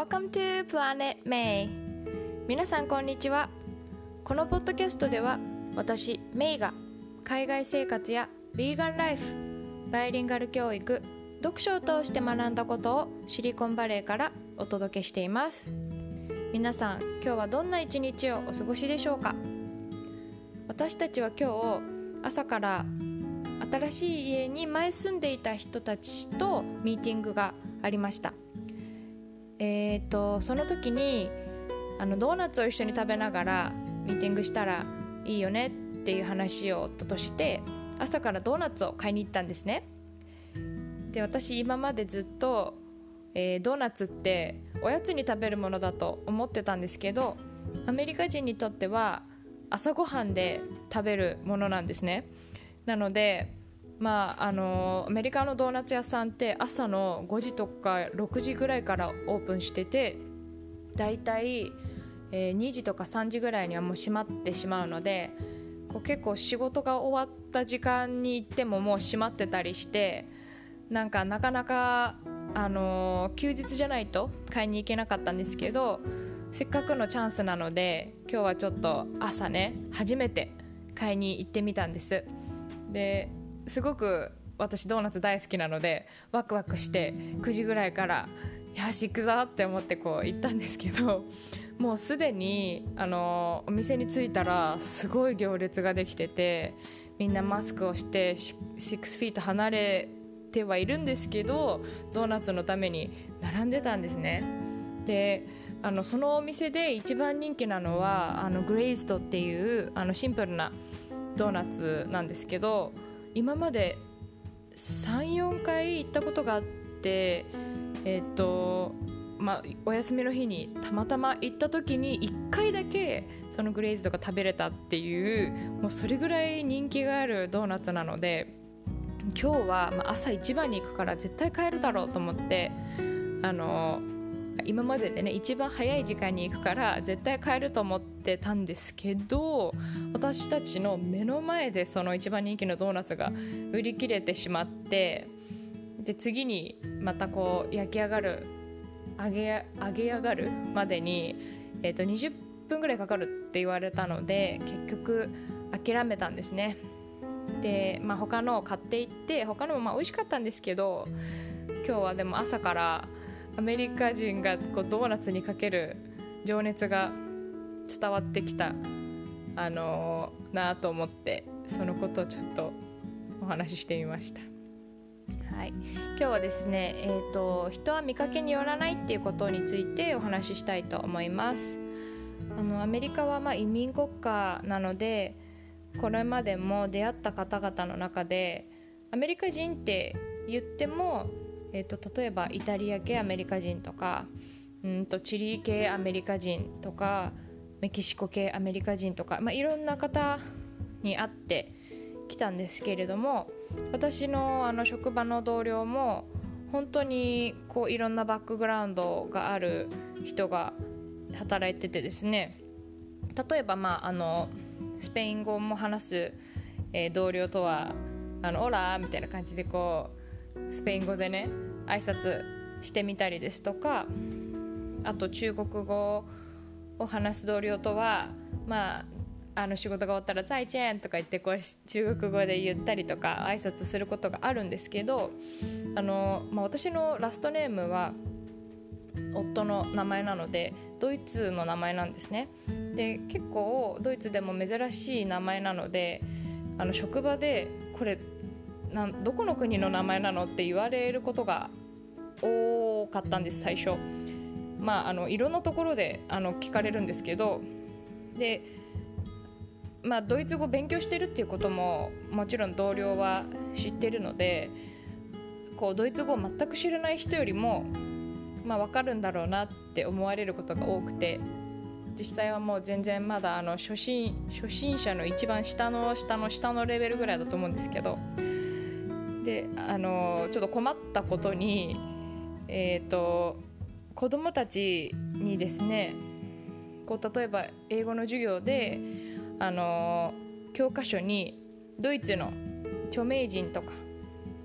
Welcome to Planet May。 皆さんこんにちは。このポッドキャストでは私メイが海外生活やビーガンライフ、バイリンガル教育、読書を通して学んだことをシリコンバレーからお届けしています。皆さん今日はどんな一日をお過ごしでしょうか。私たちは今日朝から新しい家に前住んでいた人たちとミーティングがありました。その時にドーナツを一緒に食べながらミーティングしたらいいよねっていう話を夫として朝からドーナツを買いに行ったんですね。で、私今までずっと、ドーナツっておやつに食べるものだと思ってたんですけど、アメリカ人にとっては朝ごはんで食べるものなんですね。なのでアメリカのドーナツ屋さんって朝の5時とか6時ぐらいからオープンしてて、だいたい2時とか3時ぐらいにはもう閉まってしまうので、結構仕事が終わった時間に行ってももう閉まってたりして、なかなか、休日じゃないと買いに行けなかったんですけど、せっかくのチャンスなので今日はちょっと朝ね初めて買いに行ってみたんです。ですごく私ドーナツ大好きなのでワクワクして9時ぐらいからよし行くぞって思って行ったんですけど、もうすでにお店に着いたらすごい行列ができてて、みんなマスクをして6フィート離れてはいるんですけどドーナツのために並んでたんですね。でそのお店で一番人気なのはグレイズドっていうシンプルなドーナツなんですけど、今まで 3,4 回行ったことがあって、お休みの日にたまたま行った時に1回だけそのグレイズドが食べれたっていう、もうそれぐらい人気があるドーナツなので、今日は朝一番に行くから絶対買えるだろうと思って今まででね一番早い時間に行くから絶対買えると思ってたんですけど、私たちの目の前でその一番人気のドーナツが売り切れてしまって、で次にまた焼き上がる揚げ上がるまでに、20分ぐらいかかるって言われたので結局諦めたんですね。で、他のを買っていって、他のも美味しかったんですけど、今日はでも朝からアメリカ人がドーナツにかける情熱が伝わってきたなと思って、そのことをちょっとお話ししてみました。はい、今日はですね、人は見かけによらないっていうことについてお話ししたいと思います。アメリカは移民国家なので、これまでも出会った方々の中でアメリカ人って言っても例えばイタリア系アメリカ人とかチリ系アメリカ人とかメキシコ系アメリカ人とか、いろんな方に会ってきたんですけれども、私の職場の同僚も本当にいろんなバックグラウンドがある人が働いててですね、例えばスペイン語も話す、同僚とはオラみたいな感じでスペイン語でね挨拶してみたりですとか、あと中国語を話す同僚とは仕事が終わったら再见とか言って中国語で言ったりとか挨拶することがあるんですけど、私のラストネームは夫の名前なのでドイツの名前なんですね。で、結構ドイツでも珍しい名前なので職場でこれどこの国の名前なのって言われることが多かったんです最初。いろんなところで聞かれるんですけど、で、ドイツ語勉強してるっていうことももちろん同僚は知ってるので、ドイツ語を全く知らない人よりも分かるんだろうなって思われることが多くて、実際はもう全然まだ初心者の一番下のレベルぐらいだと思うんですけど、でちょっと困ったことに、子どもたちにですね例えば英語の授業で教科書にドイツの著名人とか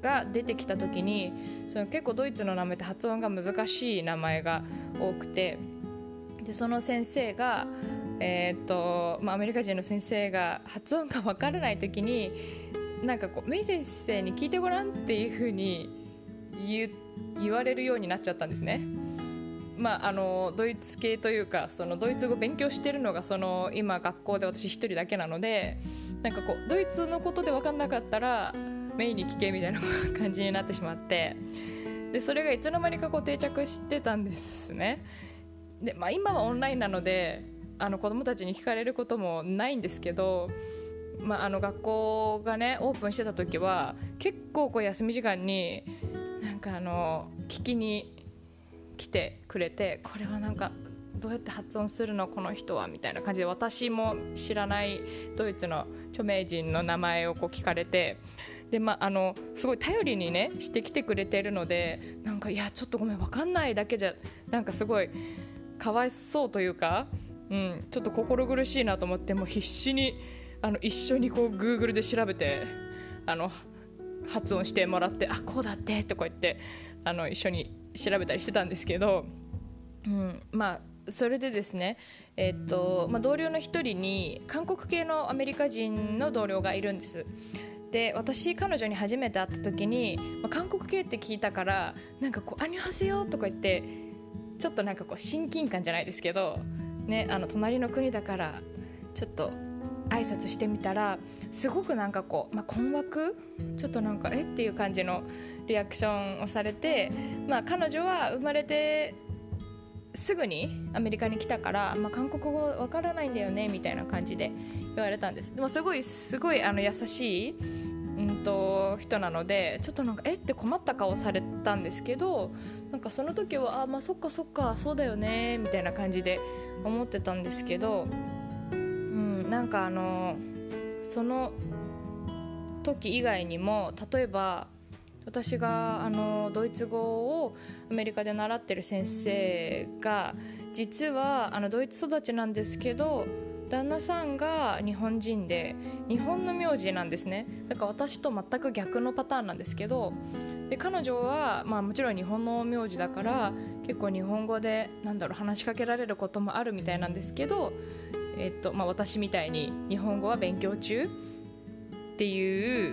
が出てきた時に結構ドイツの名前って発音が難しい名前が多くて、でその先生が、アメリカ人の先生が発音が分からない時になんかメイ先生に聞いてごらんっていう風に言われるようになっちゃったんですね。ドイツ系というかドイツ語勉強してるのが今学校で私一人だけなので、なんかドイツのことで分かんなかったらメイに聞けみたいな感じになってしまって、でそれがいつの間にか定着してたんですね。で、今はオンラインなので子供たちに聞かれることもないんですけど、学校がねオープンしてた時は結構休み時間になんか聞きに来てくれて、これはなんかどうやって発音するのこの人はみたいな感じで、私も知らないドイツの著名人の名前を聞かれて、ですごい頼りにねしてきてくれてるので、なんかいやちょっとごめん分かんないだけじゃなんかすごいかわいそうというか、ちょっと心苦しいなと思って、もう必死に一緒にGoogle で調べて発音してもらって、こうだってとか言って一緒に調べたりしてたんですけど、それでですね、同僚の一人に韓国系のアメリカ人の同僚がいるんです。で彼女に初めて会った時に、韓国系って聞いたからなんかアニョハセヨとか言ってちょっとなんか親近感じゃないですけど、ね、隣の国だからちょっと挨拶してみたらすごくなんか困惑、ちょっとなんかっていう感じのリアクションをされて、彼女は生まれてすぐにアメリカに来たから、韓国語わからないんだよねみたいな感じで言われたんです。でもすごい優しい、人なのでちょっとなんかって困った顔されたんですけど、なんかその時はそっかそっかそうだよねみたいな感じで思ってたんですけど、なんかその時以外にも、例えば私がドイツ語をアメリカで習ってる先生が実はドイツ育ちなんですけど、旦那さんが日本人で日本の名字なんですね。だから私と全く逆のパターンなんですけど、で彼女は、もちろん日本の名字だから結構日本語で話しかけられることもあるみたいなんですけど、私みたいに日本語は勉強中っていう、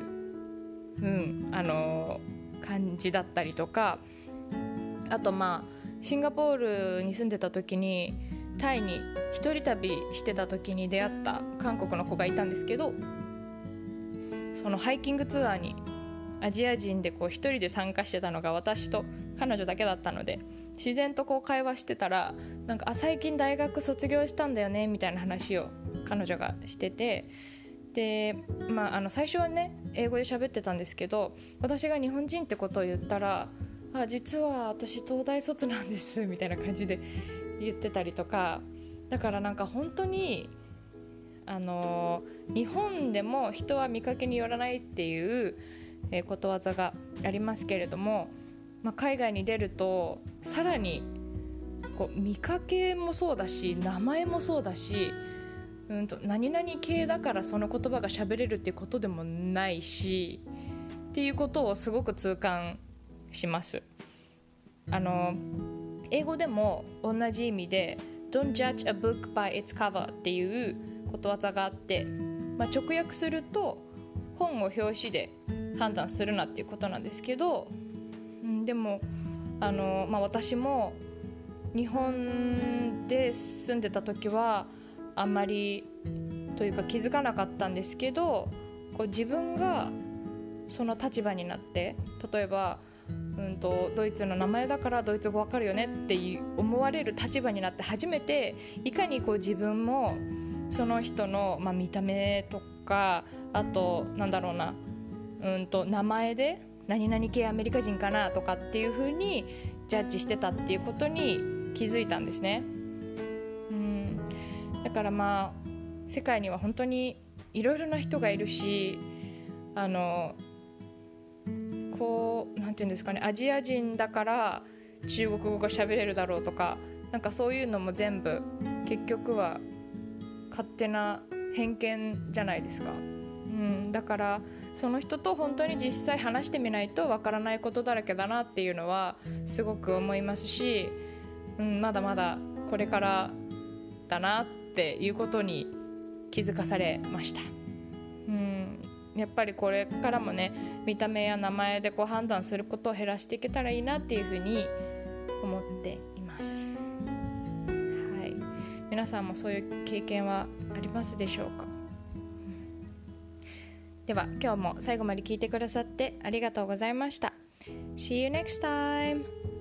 感じだったりとか、あとシンガポールに住んでた時にタイに一人旅してた時に出会った韓国の子がいたんですけど、そのハイキングツアーにアジア人で一人で参加してたのが私と彼女だけだったので、自然と会話してたらなんか最近大学卒業したんだよねみたいな話を彼女がしてて、で、最初はね英語で喋ってたんですけど、私が日本人ってことを言ったら実は私東大卒なんですみたいな感じで言ってたりとか、だからなんか本当に日本でも人は見かけによらないっていうことわざがありますけれども、海外に出るとさらに見かけもそうだし名前もそうだし、何々系だからその言葉が喋れるっていうことでもないしっていうことをすごく痛感します。英語でも同じ意味で Don't judge a book by its cover っていうことわざがあって、直訳すると本を表紙で判断するなっていうことなんですけど、でも私も日本で住んでた時はあんまりというか気づかなかったんですけど、自分がその立場になって、例えばドイツの名前だからドイツ語わかるよねって思われる立場になって初めていかに自分もその人の、見た目とか、あと名前で何々系アメリカ人かなとかっていう風にジャッジしてたっていうことに気づいたんですね。だから世界には本当にいろいろな人がいるし、なんていうんですかね、アジア人だから中国語が喋れるだろうとか、なんかそういうのも全部結局は勝手な偏見じゃないですか。 だからその人と本当に実際話してみないとわからないことだらけだなっていうのはすごく思いますし、まだまだこれからだなっていうことに気づかされました。やっぱりこれからもね、見た目や名前でこう判断することを減らしていけたらいいなっていうふうに思っています。はい、皆さんもそういう経験はありますでしょうか？では今日も最後まで聞いてくださってありがとうございました。See you next time!